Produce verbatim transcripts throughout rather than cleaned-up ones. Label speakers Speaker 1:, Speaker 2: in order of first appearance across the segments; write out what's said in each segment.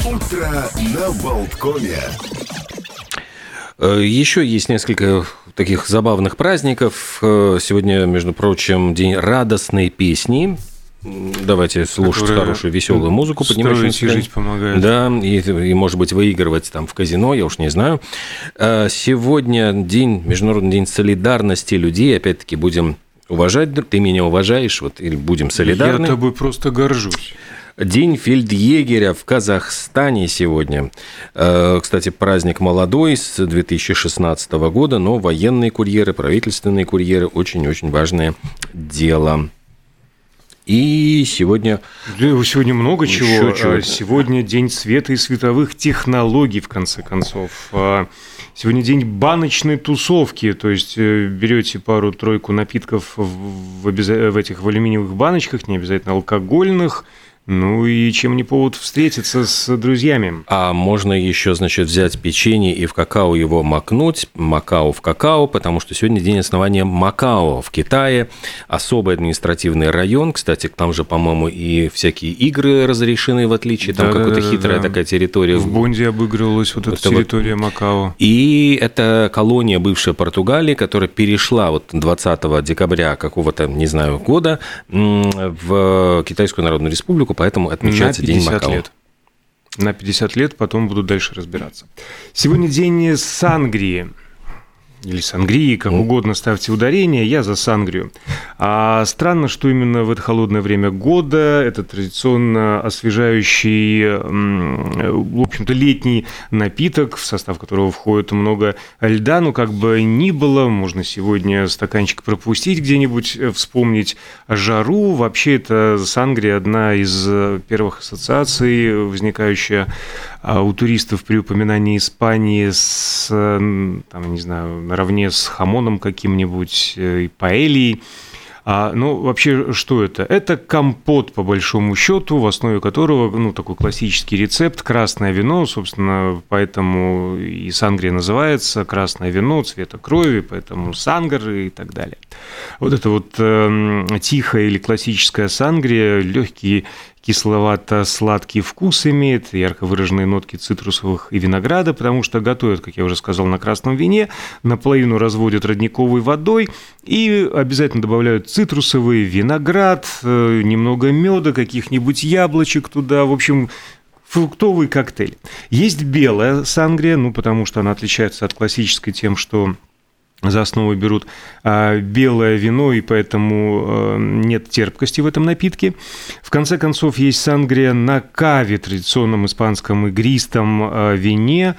Speaker 1: Утро на Болткоме.
Speaker 2: Еще есть несколько таких забавных праздников. Сегодня, между прочим, день радостной песни. Давайте слушать Которая хорошую, веселую музыку,
Speaker 3: поднимающую жить помогает.
Speaker 2: Да, и, и, может быть, выигрывать там в казино, я уж не знаю. Сегодня день, Международный день солидарности людей. Опять-таки, будем уважать. Ты меня уважаешь, вот, или будем солидарны.
Speaker 3: Я тобой просто горжусь.
Speaker 2: День фельдъегеря в Казахстане сегодня. Кстати, праздник молодой, с две тысячи шестнадцатого года, но военные курьеры, правительственные курьеры – очень-очень важное дело. И сегодня...
Speaker 3: Сегодня много чего. чего. Сегодня день света и световых технологий, в конце концов. Сегодня день баночной тусовки, то есть берете пару-тройку напитков в, обяз... в этих в алюминиевых баночках, не обязательно алкогольных. Ну и чем не повод встретиться с друзьями.
Speaker 2: А можно еще, значит, взять печенье и в какао его макнуть, Макао в какао, потому что сегодня день основания Макао в Китае, особый административный район, кстати, там же, по-моему, и всякие игры разрешены, в отличие, там да, какая-то да, хитрая да. такая территория.
Speaker 3: В Бонде обыгрывалась вот эта это территория вот... Макао.
Speaker 2: И это колония бывшей Португалии, которая перешла вот двадцатого декабря какого-то, не знаю, года в Китайскую Народную Республику, поэтому отмечается День Макао.
Speaker 3: Лет. На пятьдесят лет, потом будут дальше разбираться. Сегодня день сангрии. Или сангрии, как mm. угодно ставьте ударение, я за сангрию. А странно, что именно в это холодное время года это традиционно освежающий, в общем-то, летний напиток, в состав которого входит много льда. Ну, как бы ни было, можно сегодня стаканчик пропустить где-нибудь, вспомнить жару. Вообще, это сангрия одна из первых ассоциаций, возникающая у туристов при упоминании Испании с, там, не знаю, наравне с хамоном каким-нибудь и паэльей. А, ну, вообще, что это? Это компот, по большому счету, в основе которого, ну, такой классический рецепт, красное вино, собственно, поэтому и сангрия называется, красное вино цвета крови, поэтому сангар и так далее. Вот это вот э, тихая или классическая сангрия, легкий кисловато-сладкий вкус имеет, ярко выраженные нотки цитрусовых и винограда, потому что готовят, как я уже сказал, на красном вине, наполовину разводят родниковой водой и обязательно добавляют цитрусовый виноград, немного меда, каких-нибудь яблочек туда, в общем, фруктовый коктейль. Есть белая сангрия, ну, потому что она отличается от классической тем, что за основу берут белое вино, и поэтому нет терпкости в этом напитке. В конце концов, есть сангрия на каве, традиционном испанском игристом вине.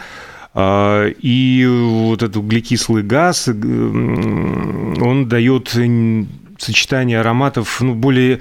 Speaker 3: И вот этот углекислый газ, он дает сочетание ароматов, ну, более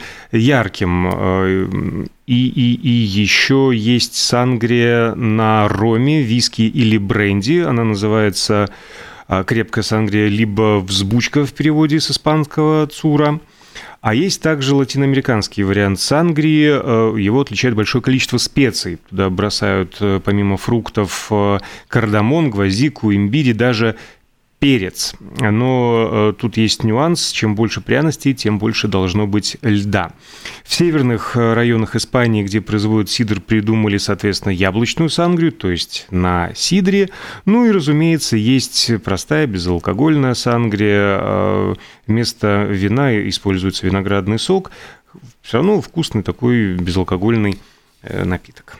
Speaker 3: ярким. И, и, и еще есть сангрия на роме, виски или бренди. Она называется... крепкая сангрия, либо взбучка в переводе с испанского цура. А есть также латиноамериканский вариант сангрии. Его отличает большое количество специй. Туда бросают помимо фруктов кардамон, гвоздику, имбирь и даже перец. Но тут есть нюанс. Чем больше пряностей, тем больше должно быть льда. В северных районах Испании, где производят сидр, придумали, соответственно, яблочную сангрию, то есть на сидре. Ну и, разумеется, есть простая безалкогольная сангрия. Вместо вина используется виноградный сок. Все равно вкусный такой безалкогольный напиток.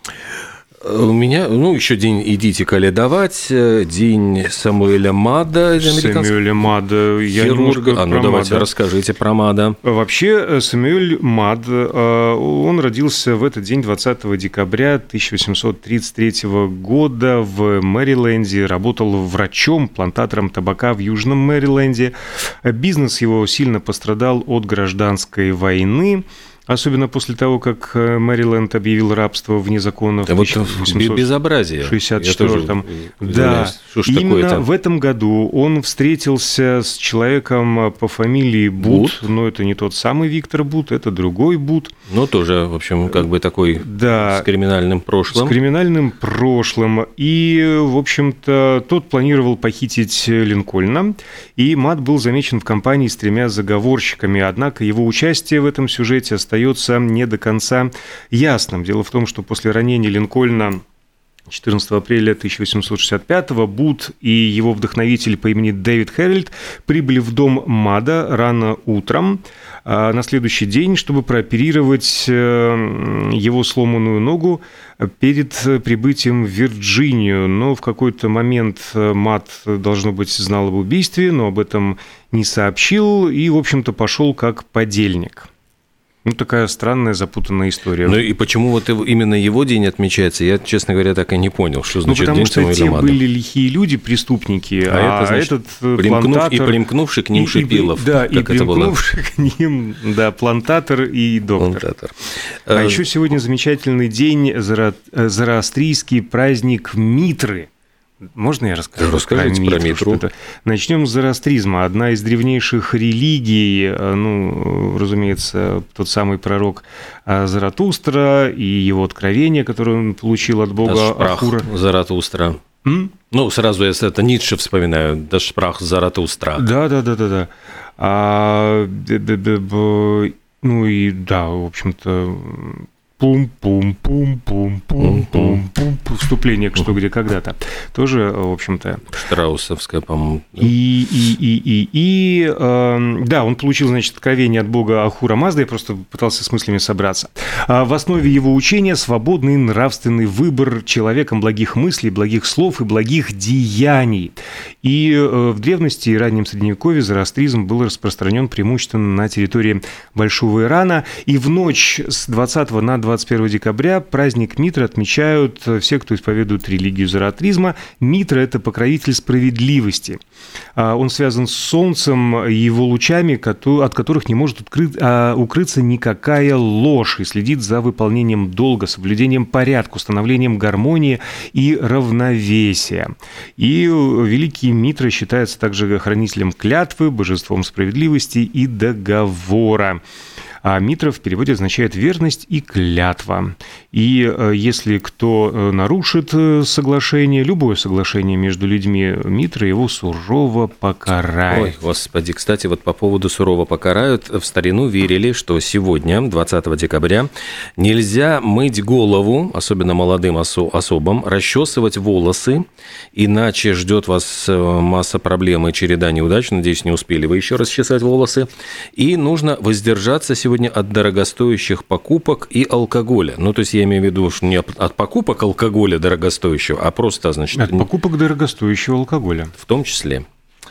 Speaker 2: У меня, ну, еще день «Идите каледовать», день Самуэля Мада,
Speaker 3: Самуэля Мада, я
Speaker 2: хирурга. А ну давайте Мада. Расскажите про Мада.
Speaker 3: Вообще, Самуэль Мад, он родился в этот день, двадцатого декабря тысяча восемьсот тридцать третьего года в Мэриленде, работал врачом, плантатором табака в Южном Мэриленде. Бизнес его сильно пострадал от гражданской войны. Особенно после того, как Мэриленд объявил рабство вне закона в
Speaker 2: тысяча восемьсот шестьдесят четвёртом.
Speaker 3: Да, именно в этом году он встретился с человеком по фамилии Бут, Бут, но это не тот самый Виктор Бут, это другой Бут.
Speaker 2: Но тоже, в общем, как бы такой да, с криминальным прошлым.
Speaker 3: С криминальным прошлым. И, в общем-то, тот планировал похитить Линкольна, и Мад был замечен в компании с тремя заговорщиками, однако его участие в этом сюжете остается остается не до конца ясным. Дело в том, что после ранения Линкольна четырнадцатого апреля тысяча восемьсот шестьдесят пятого Бут и его вдохновитель по имени Дэвид Хэррольд прибыли в дом Мада рано утром на следующий день, чтобы прооперировать его сломанную ногу перед прибытием в Вирджинию. Но в какой-то момент Мад, должно быть, знал об убийстве, но об этом не сообщил и, в общем-то, пошел как подельник. Ну, такая странная, запутанная история.
Speaker 2: Ну и почему вот именно его день отмечается, я, честно говоря, так и не понял, что значит
Speaker 3: ну,
Speaker 2: день
Speaker 3: потому что те
Speaker 2: Мада.
Speaker 3: были лихие люди, преступники, а,
Speaker 2: а это, значит,
Speaker 3: этот
Speaker 2: примкнув,
Speaker 3: плантатор...
Speaker 2: И примкнувший к ним
Speaker 3: и,
Speaker 2: Шипилов.
Speaker 3: И, да, и примкнувший
Speaker 2: к
Speaker 3: ним, да, плантатор и доктор.
Speaker 2: Плантатор.
Speaker 3: А еще сегодня замечательный день, зара... зороастрийский праздник Митры. Можно я расскажу?
Speaker 2: Расскажите про Митру.
Speaker 3: Про Начнем с зороастризма. Одна из древнейших религий, ну, разумеется, тот самый пророк Заратустра и его откровение, которое он получил от бога Ахура.
Speaker 2: Заратустра. М? Ну, сразу я это Ницше вспоминаю. Да шпрах Заратустра.
Speaker 3: Да, да, да, да, да. А, ну и да, в общем-то. Пум-пум-пум-пум-пум-пум-пум. Вступление к «Что, где, когда-то». Тоже, в общем-то...
Speaker 2: Штраусовская, по-моему.
Speaker 3: И, и, и, и, и э, да, он получил, значит, откровение от бога Ахура Мазда, я просто пытался с мыслями собраться. А в основе его учения свободный нравственный выбор человеком благих мыслей, благих слов и благих деяний. И э, в древности и раннем Средневековье зороастризм был распространен преимущественно на территории Большого Ирана, и в ночь с двадцатого на двадцать первого декабря праздник Митры отмечают все, кто исповедует религию зороастризма. Митра – это покровитель справедливости. Он связан с солнцем и его лучами, от которых не может укрыться никакая ложь, и следит за выполнением долга, соблюдением порядка, установлением гармонии и равновесия. И великий Митра считается также хранителем клятвы, божеством справедливости и договора. А Митра в переводе означает «верность» и «клятва». И если кто нарушит соглашение, любое соглашение между людьми, Митра его сурово покарает.
Speaker 2: Ой, господи, кстати, вот по поводу сурово покарают, в старину верили, что сегодня, двадцатого декабря, нельзя мыть голову, особенно молодым осо- особам, расчесывать волосы, иначе ждет вас масса проблем и череда неудач. Надеюсь, не успели вы еще расчесать волосы. И нужно воздержаться сегодня сегодня от дорогостоящих покупок и алкоголя. Ну, то есть я имею в виду, что не от покупок алкоголя дорогостоящего, а просто, значит...
Speaker 3: От покупок дорогостоящего алкоголя.
Speaker 2: В том числе.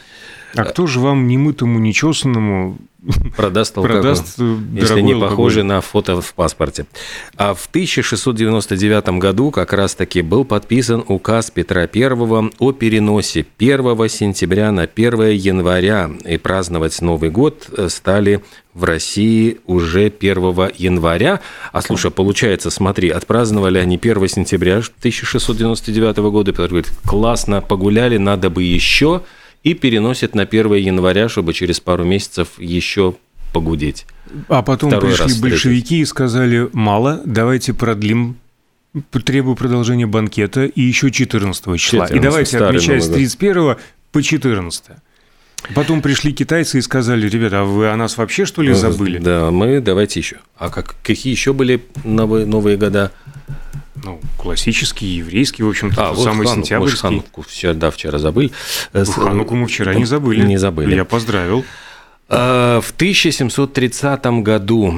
Speaker 3: А кто же вам немытому, нечесанному
Speaker 2: продаст алкоголь,
Speaker 3: продаст
Speaker 2: если не
Speaker 3: алкоголь.
Speaker 2: Похоже на фото в паспорте. А в тысяча шестьсот девяносто девятом году как раз-таки был подписан указ Петра Первого о переносе первого сентября на первое января, и праздновать Новый год стали в России уже первого января. А слушай, получается, смотри, отпраздновали они первого сентября тысяча шестьсот девяносто девятого года, Петр говорит, классно погуляли, надо бы еще... и переносит на первое января, чтобы через пару месяцев еще погудеть.
Speaker 3: А потом
Speaker 2: Второй
Speaker 3: пришли
Speaker 2: раз
Speaker 3: большевики
Speaker 2: встретить.
Speaker 3: и сказали, мало, давайте продлим, требую продолжения банкета и еще четырнадцатого числа. четырнадцатого, и давайте отмечать с тридцать первого по четырнадцатое. Потом пришли китайцы и сказали, ребята, а вы о нас вообще, что ли, забыли?
Speaker 2: Да, мы давайте еще. А как, какие еще были новые, новые года?
Speaker 3: Ну, классический, еврейский, в общем-то,
Speaker 2: а,
Speaker 3: вот самый Хану, сентябрьский.
Speaker 2: Хануку вчера, да, вчера забыли.
Speaker 3: Хануку мы вчера не забыли.
Speaker 2: Не забыли.
Speaker 3: Я поздравил.
Speaker 2: В тысяча семьсот тридцатом году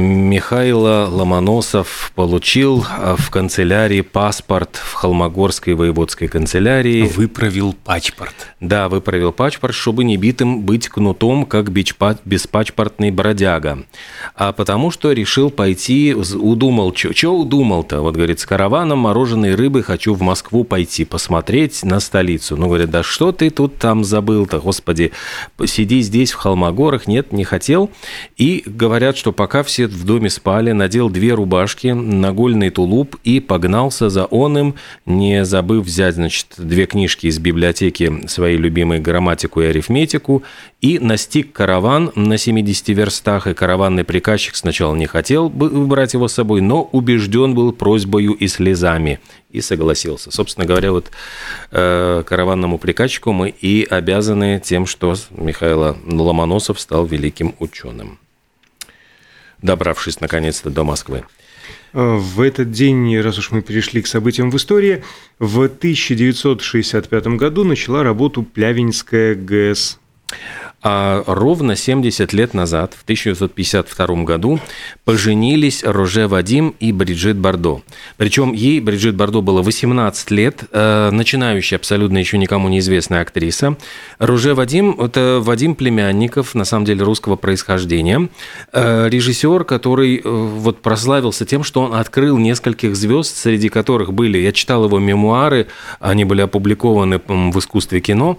Speaker 2: Михаил Ломоносов получил в канцелярии паспорт в Холмогорской воеводской канцелярии.
Speaker 3: Выправил пачпорт.
Speaker 2: Да, выправил пачпорт, чтобы не битым быть кнутом, как беспачпортный бродяга. А потому что решил пойти, удумал, что удумал-то? Вот, говорит, с караваном мороженой рыбы хочу в Москву пойти, посмотреть на столицу. Ну, говорит, да что ты тут там забыл-то, господи, сиди здесь в Холмогорах. Нет, не хотел. И говорят, что пока все в доме спали, надел две рубашки, нагольный тулуп и погнался за оным, не забыв взять, значит, две книжки из библиотеки, свои любимые грамматику и арифметику, и настиг караван на семидесяти верстах, и караванный приказчик сначала не хотел брать его с собой, но убежден был просьбою и слезами, и согласился. Собственно говоря, вот э, караванному приказчику мы и обязаны тем, что Михаил Ломоносов стал великим ученым. добравшись наконец-то до Москвы.
Speaker 3: В этот день, раз уж мы перешли к событиям в истории, в тысяча девятьсот шестьдесят пятом году начала работу Плявенская ГЭС.
Speaker 2: А ровно семьдесят лет назад, в тысяча девятьсот пятьдесят втором году, поженились Роже Вадим и Бриджит Бардо. Причем ей, Бриджит Бардо, было восемнадцать лет, начинающая, абсолютно еще никому неизвестная актриса. Роже Вадим – это Вадим Племянников, на самом деле русского происхождения, режиссер, который вот прославился тем, что он открыл нескольких звезд, среди которых были, я читал его мемуары, они были опубликованы в «Искусстве кино».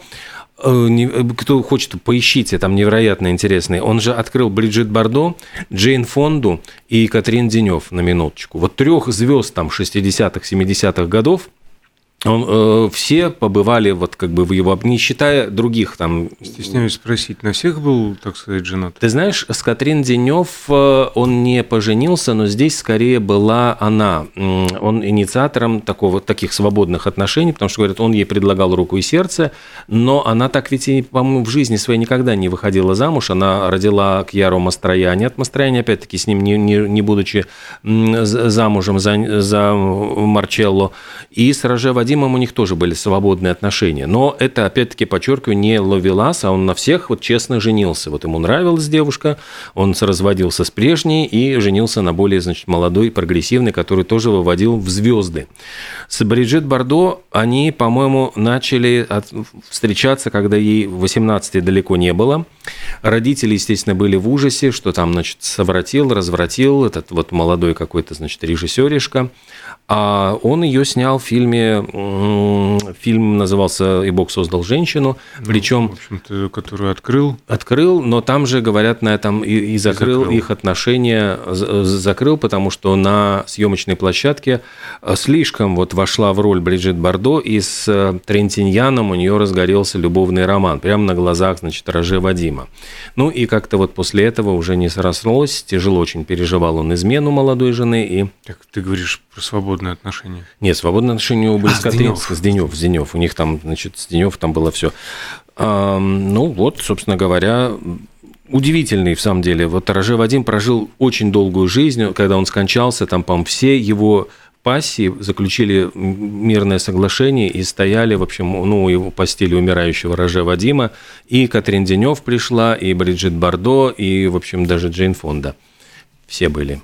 Speaker 2: Кто хочет, поищите, там невероятно интересные. Он же открыл Бриджит Бардо, Джейн Фонду и Катрин Денёв, на минуточку. Вот трех звезд там шестидесятых, семидесятых годов. Он, э, все побывали вот как бы в его, не считая других там.
Speaker 3: Стесняюсь спросить, на всех был, так сказать, женат?
Speaker 2: Ты знаешь, с Катрин Денёв он не поженился, но здесь скорее была она. Он инициатором такого, таких свободных отношений, потому что, говорят, он ей предлагал руку и сердце, но она так ведь, и, по-моему, в жизни своей никогда не выходила замуж. Она родила Кьяру Мастрояни. От Мастрояни, опять-таки, с ним не, не, не будучи замужем за, за Марчелло. И с Роже Вадимом у них тоже были свободные отношения. Но это, опять-таки, подчеркиваю, не ловелас, а он на всех вот честно женился. Вот ему нравилась девушка, он разводился с прежней и женился на более, значит, молодой, прогрессивной, которую тоже выводил в звезды. С Бриджит Бардо они, по-моему, начали встречаться, когда ей восемнадцати далеко не было. Родители, естественно, были в ужасе, что там, значит, совратил, развратил этот вот молодой какой-то, значит, режиссеришка. А он ее снял в фильме, фильм назывался «И Бог создал женщину», причем,
Speaker 3: ну, в общем-то, которую открыл.
Speaker 2: Открыл, но там же, говорят, на этом и, и, закрыл, и закрыл их отношения, закрыл, потому что на съемочной площадке слишком вот вошла в роль Бриджит Бардо, и с Трентиньяном у нее разгорелся любовный роман, прямо на глазах, значит, Роже Вадима. Ну и как-то вот после этого уже не срослось, тяжело очень переживал он измену молодой жены. И...
Speaker 3: Так ты говоришь про свободные отношения?
Speaker 2: Нет, свободные отношения у были а, с Катрин, с Денёв, с Денёв. У них там, значит, с Денёв там было все. А, ну вот, собственно говоря, удивительный, в самом деле. Вот Роже Вадим прожил очень долгую жизнь. Когда он скончался, там, по-моему, все его пассии заключили мирное соглашение и стояли, в общем, ну, у его постели умирающего Роже Вадима. И Катрин Денёв пришла, и Бриджит Бардо, и, в общем, даже Джейн Фонда. Все были.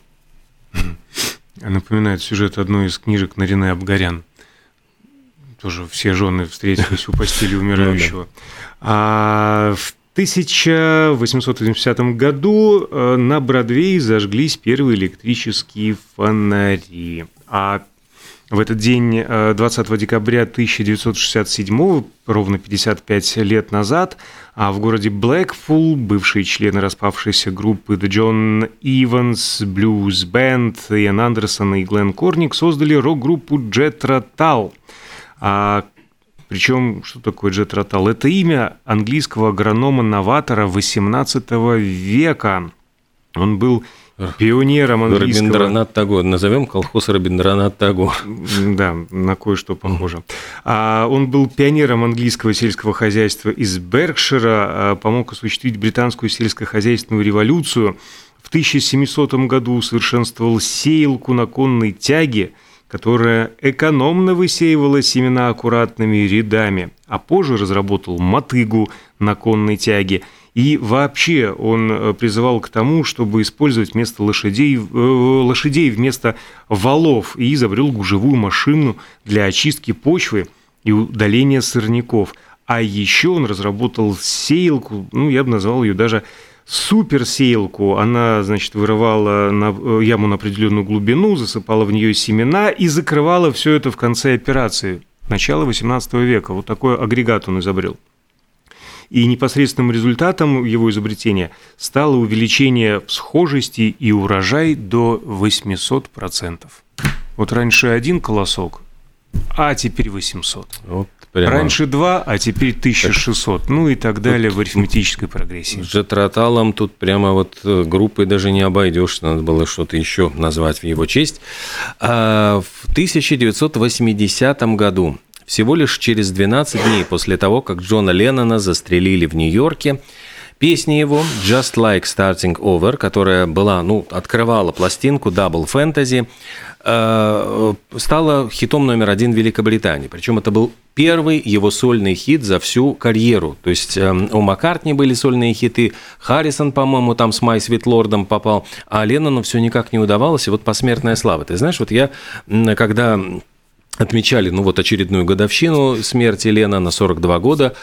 Speaker 3: Напоминает сюжет одной из книжек Нарине Абгарян. Тоже все жены встретились у постели умирающего. А в тысяча восемьсот восьмидесятом году на Бродвее зажглись первые электрические фонари. А в этот день, двадцатого декабря тысяча девятьсот шестьдесят седьмого, ровно пятьдесят пять лет назад, в городе Блэкпул бывшие члены распавшейся группы The John Evans Blues Band, Иэн Андерсон и Глен Корник создали рок-группу Jethro Tull. А, причем, что такое Jethro Tull? Это имя английского агронома-новатора восемнадцатого века. Он был пионером английского...
Speaker 2: Рабиндранат Тагор. Назовем колхоз Рабиндранат Тагор.
Speaker 3: Да, на кое-что похоже. А он был пионером английского сельского хозяйства из Беркшира, помог осуществить британскую сельскохозяйственную революцию. В тысяча семисотом году усовершенствовал сеялку на конной тяге, которая экономно высеивала семена аккуратными рядами, а позже разработал мотыгу на конной тяге. И вообще он призывал к тому, чтобы использовать вместо лошадей, лошадей вместо валов, и изобрел гужевую машину для очистки почвы и удаления сорняков. А еще он разработал сеялку, ну, я бы назвал ее даже суперсеялку. Она, значит, вырывала на, яму на определенную глубину, засыпала в нее семена и закрывала все это в конце операции. Начало восемнадцатого века. Вот такой агрегат он изобрел. И непосредственным результатом его изобретения стало увеличение всхожести и урожай до восемьсот процентов. Вот раньше один колосок, а теперь восемьсот. Вот прямо... Раньше два, а теперь тысяча шестьсот. Ну и так далее в арифметической прогрессии.
Speaker 2: С Jethro Tull'ом тут прямо вот группой даже не обойдешь, надо было что-то еще назвать в его честь. А в тысяча девятьсот восьмидесятом году, всего лишь через двенадцать дней после того, как Джона Леннона застрелили в Нью-Йорке, Песня его «Just Like Starting Over», которая была, ну, открывала пластинку Double Fantasy, стала хитом номер один в Великобритании. Причем это был первый его сольный хит за всю карьеру. То есть у Маккартни были сольные хиты, Харрисон, по-моему, там с «My Sweet Lord'ом попал, а Леннону все никак не удавалось, и вот «Посмертная слава». Ты знаешь, вот я, когда отмечали, ну, вот очередную годовщину смерти Леннона, сорок два года,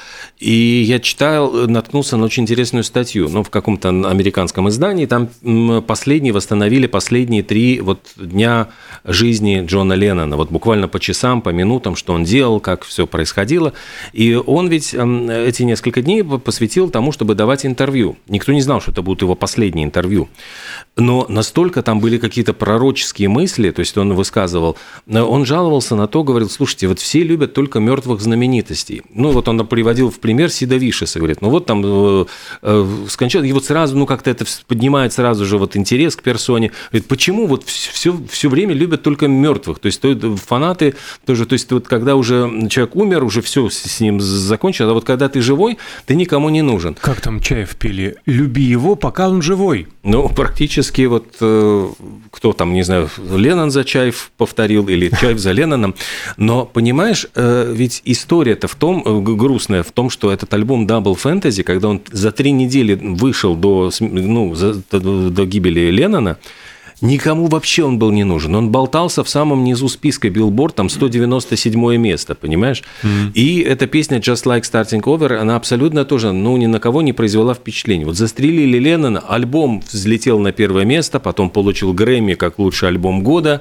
Speaker 2: и я читал, наткнулся на очень интересную статью, ну, в каком-то американском издании, там последние, восстановили последние три вот дня жизни Джона Леннона, вот буквально по часам, по минутам, что он делал, как все происходило, и он ведь эти несколько дней посвятил тому, чтобы давать интервью. Никто не знал, что это будут его последние интервью, но настолько там были какие-то пророческие мысли, то есть он высказывал, он жаловался на то, говорил, слушайте, вот все любят только мертвых знаменитостей. Ну, вот он приводил в пример Сида Вишеса, говорит, ну, вот там э, э, скончался, и вот сразу, ну, как-то это поднимает сразу же вот интерес к персоне. Говорит, почему вот все, все время любят только мертвых? То есть то, фанаты тоже, то есть вот когда уже человек умер, уже все с ним закончилось, а вот когда ты живой, ты никому не нужен.
Speaker 3: Как там Чаев пели? «Люби его, пока он живой».
Speaker 2: Ну, практически вот э, кто там, не знаю, Леннон за Чаев повторил или Чаев за Ленноном. Но, понимаешь, ведь история-то в том, грустная в том, что этот альбом Double Fantasy, когда он за три недели вышел до, ну, до, до гибели Леннона, никому вообще он был не нужен. Он болтался в самом низу списка Billboard, там сто девяносто седьмое место, понимаешь? Mm-hmm. И эта песня «Just Like Starting Over», она абсолютно тоже, ну, ни на кого не произвела впечатления. Вот застрелили Леннона, альбом взлетел на первое место, потом получил Грэмми как лучший альбом года.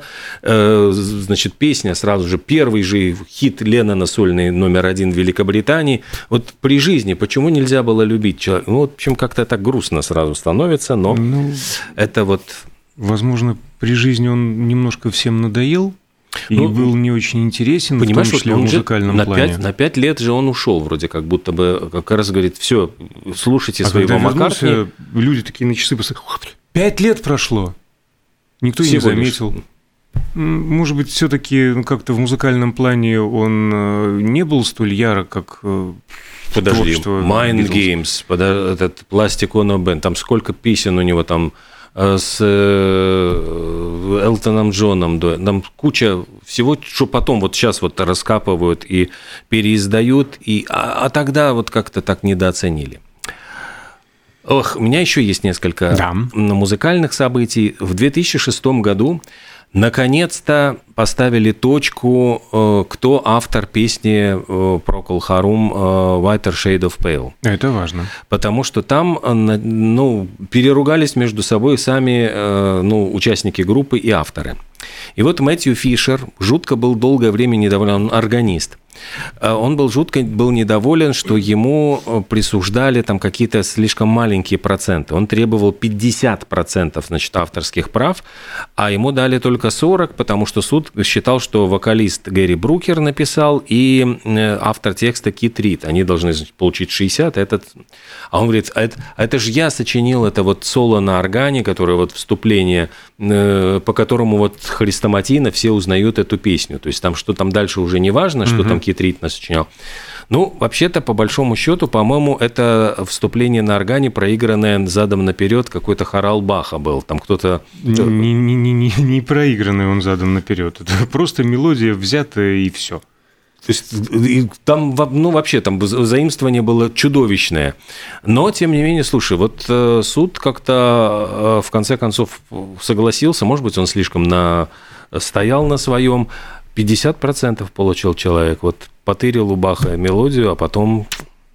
Speaker 2: Значит, песня сразу же, первый же хит Леннона сольный номер один в Великобритании. Вот при жизни почему нельзя было любить человека? Ну, в общем, как-то так грустно сразу становится, но ну... это вот...
Speaker 3: Возможно, при жизни он немножко всем надоел и ну, был не очень интересен, в том числе в музыкальном
Speaker 2: на
Speaker 3: плане.
Speaker 2: пять, на пять лет же он ушел, вроде как будто бы, как раз говорит, все, слушайте а своего Маккартни.
Speaker 3: Вернулся, люди такие на часы посмотрели, пять лет прошло, никто и не заметил. Лишь. Может быть, все-таки ну, как-то в музыкальном плане он не был столь ярок, как...
Speaker 2: Подожди, Mind Games, этот Plastic Ono Band, там сколько песен у него там... с Элтоном Джоном, там куча всего, что потом вот сейчас вот раскапывают и переиздают, и, а, а тогда вот как-то так недооценили. Ох, у меня еще есть несколько да. музыкальных событий. В две тысячи шестом году наконец-то поставили точку, кто автор песни Procol Harum «Whiter Shade of Pale».
Speaker 3: Это важно.
Speaker 2: Потому что там ну, переругались между собой сами ну, участники группы и авторы. И вот Мэтью Фишер жутко был долгое время недоволен, он органист. Он был жутко был недоволен, что ему присуждали там какие-то слишком маленькие проценты. Он требовал пятьдесят процентов, значит, авторских прав, а ему дали только сорок, потому что суд считал, что вокалист Гэри Брукер написал и автор текста Кит Рид. Они должны, значит, получить шестьдесят. Этот... А он говорит, а это, а это же я сочинил это вот соло на органе, которое вот вступление, по которому вот хрестоматийно все узнают эту песню. То есть там, что там дальше уже не важно, что угу. там Кит Рид насочинял. Ну, вообще-то, по большому счету, по-моему, это вступление на органе, проигранное задом наперед, какой-то хорал Баха был. Там кто-то...
Speaker 3: Не, не, не, не, не проигранный он задом наперед. Это просто мелодия взятая и все.
Speaker 2: То есть там, ну, вообще, там заимствование было чудовищное. Но, тем не менее, слушай, вот суд как-то в конце концов согласился, может быть, он слишком на... стоял на своем, пятьдесят процентов получил человек, вот потырил у Баха мелодию, а потом...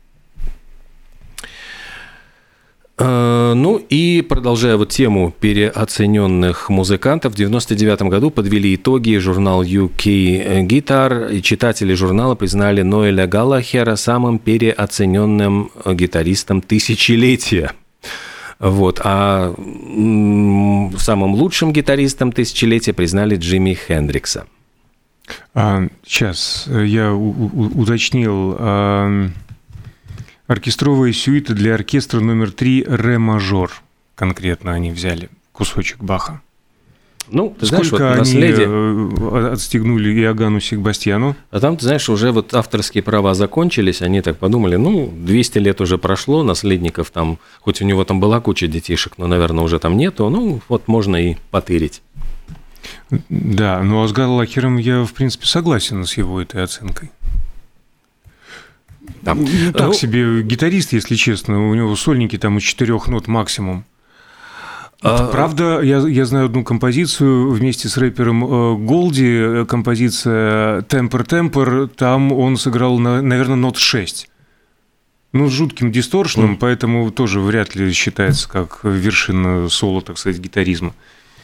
Speaker 2: Ну и продолжая вот тему переоцененных музыкантов, в девяносто девятом году подвели итоги журнал ю кей Guitar, и читатели журнала признали Ноэля Галлахера самым переоцененным гитаристом тысячелетия. Вот. А самым лучшим гитаристом тысячелетия признали Джимми Хендрикса.
Speaker 3: А, сейчас я у- у- уточнил... А... Оркестровая сюита для оркестра номер три «Ре мажор». Конкретно они взяли кусочек Баха.
Speaker 2: Ну, ты
Speaker 3: Сколько
Speaker 2: знаешь, вот
Speaker 3: они
Speaker 2: наследие...
Speaker 3: отстегнули Иоганну Себастьяну?
Speaker 2: А там, ты знаешь, уже вот авторские права закончились, они так подумали, ну, двести лет уже прошло, наследников там, хоть у него там была куча детишек, но, наверное, уже там нету, ну, вот можно и потырить.
Speaker 3: Да, но с Галлахером я, в принципе, согласен с его этой оценкой. Да. Ну, так ну, себе гитарист, если честно, у него сольники там из четырех нот максимум. А... Правда, я, я знаю одну композицию вместе с рэпером Голди, композиция «Темпер Темпер», там он сыграл, наверное, нот шесть. Ну, с жутким дисторшном, mm. поэтому тоже вряд ли считается как вершина соло, так сказать, гитаризма.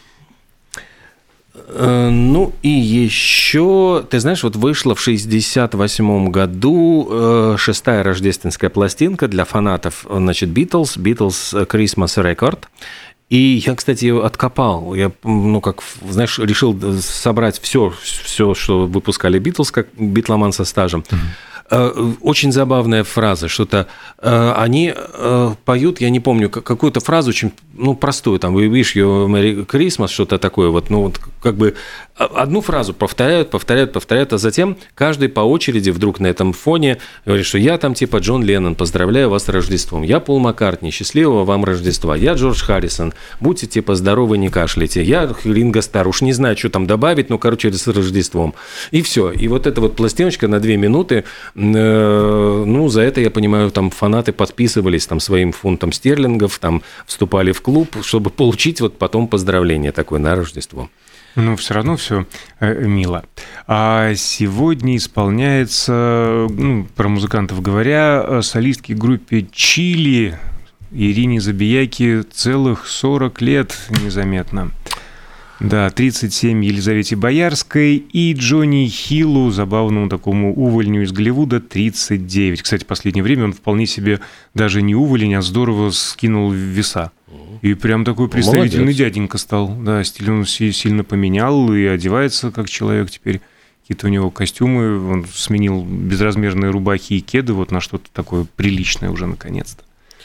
Speaker 2: Ну и еще, ты знаешь, вот вышла в шестьдесят восьмом году шестая рождественская пластинка для фанатов, значит, Beatles, Beatles Christmas Record. И я, кстати, ее откопал. Я, ну, как, знаешь, решил собрать все, все, что выпускали Beatles, как битломан со стажем. Mm-hmm. Очень забавная фраза, что-то они поют, я не помню, какую-то фразу очень, ну, простую, там, we wish you Merry Christmas, что-то такое, вот, ну, вот, как бы одну фразу повторяют, повторяют, повторяют, а затем каждый по очереди вдруг на этом фоне говорит, что я там типа Джон Леннон, поздравляю вас с Рождеством, я Пол Маккартни, счастливого вам Рождества, я Джордж Харрисон, будьте типа здоровы, не кашляйте, я Ринго Стар, уж не знаю, что там добавить, ну, короче, с Рождеством. И все. И вот эта вот пластиночка на две минуты, э, ну, за это, я понимаю, там фанаты подписывались там своим фунтом стерлингов, там вступали в клуб, чтобы получить вот потом поздравление такое на Рождество.
Speaker 3: Ну, все равно все мило. А сегодня исполняется, ну, про музыкантов говоря, солистке группе «Чили» Ирине Забияки целых сорок лет незаметно. Да, тридцать семь Елизавете Боярской и Джонни Хиллу, забавному такому увольню из Голливуда, тридцать девять. Кстати, в последнее время он вполне себе даже не уволень, а здорово скинул веса. И прям такой представительный Молодец. Дяденька стал. Да, стиль он сильно поменял и одевается как человек теперь. Какие-то у него костюмы, он сменил безразмерные рубахи и кеды вот на что-то такое приличное уже наконец-то.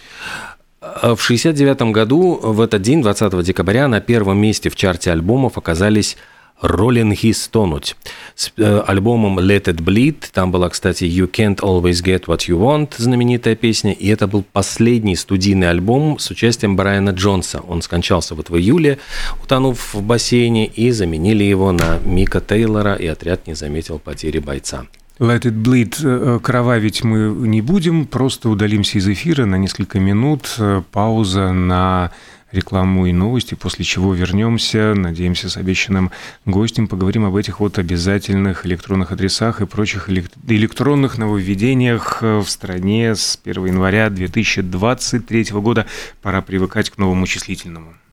Speaker 2: В шестьдесят девятом году, в этот день, двадцатого декабря, на первом месте в чарте альбомов оказались «Роллинги стонуть» с альбомом «Let It Bleed». Там была, кстати, «You Can't Always Get What You Want», знаменитая песня. И это был последний студийный альбом с участием Брайана Джонса. Он скончался вот в июле, утонув в бассейне, и заменили его на Мика Тейлора, и отряд не заметил потери бойца.
Speaker 3: Let It Bleed. Кровавить мы не будем, просто удалимся из эфира на несколько минут. Пауза на рекламу и новости, после чего вернемся, надеемся, с обещанным гостем, поговорим об этих вот обязательных электронных адресах и прочих электронных нововведениях в стране с первого января две тысячи двадцать третьего года. Пора привыкать к новому числительному.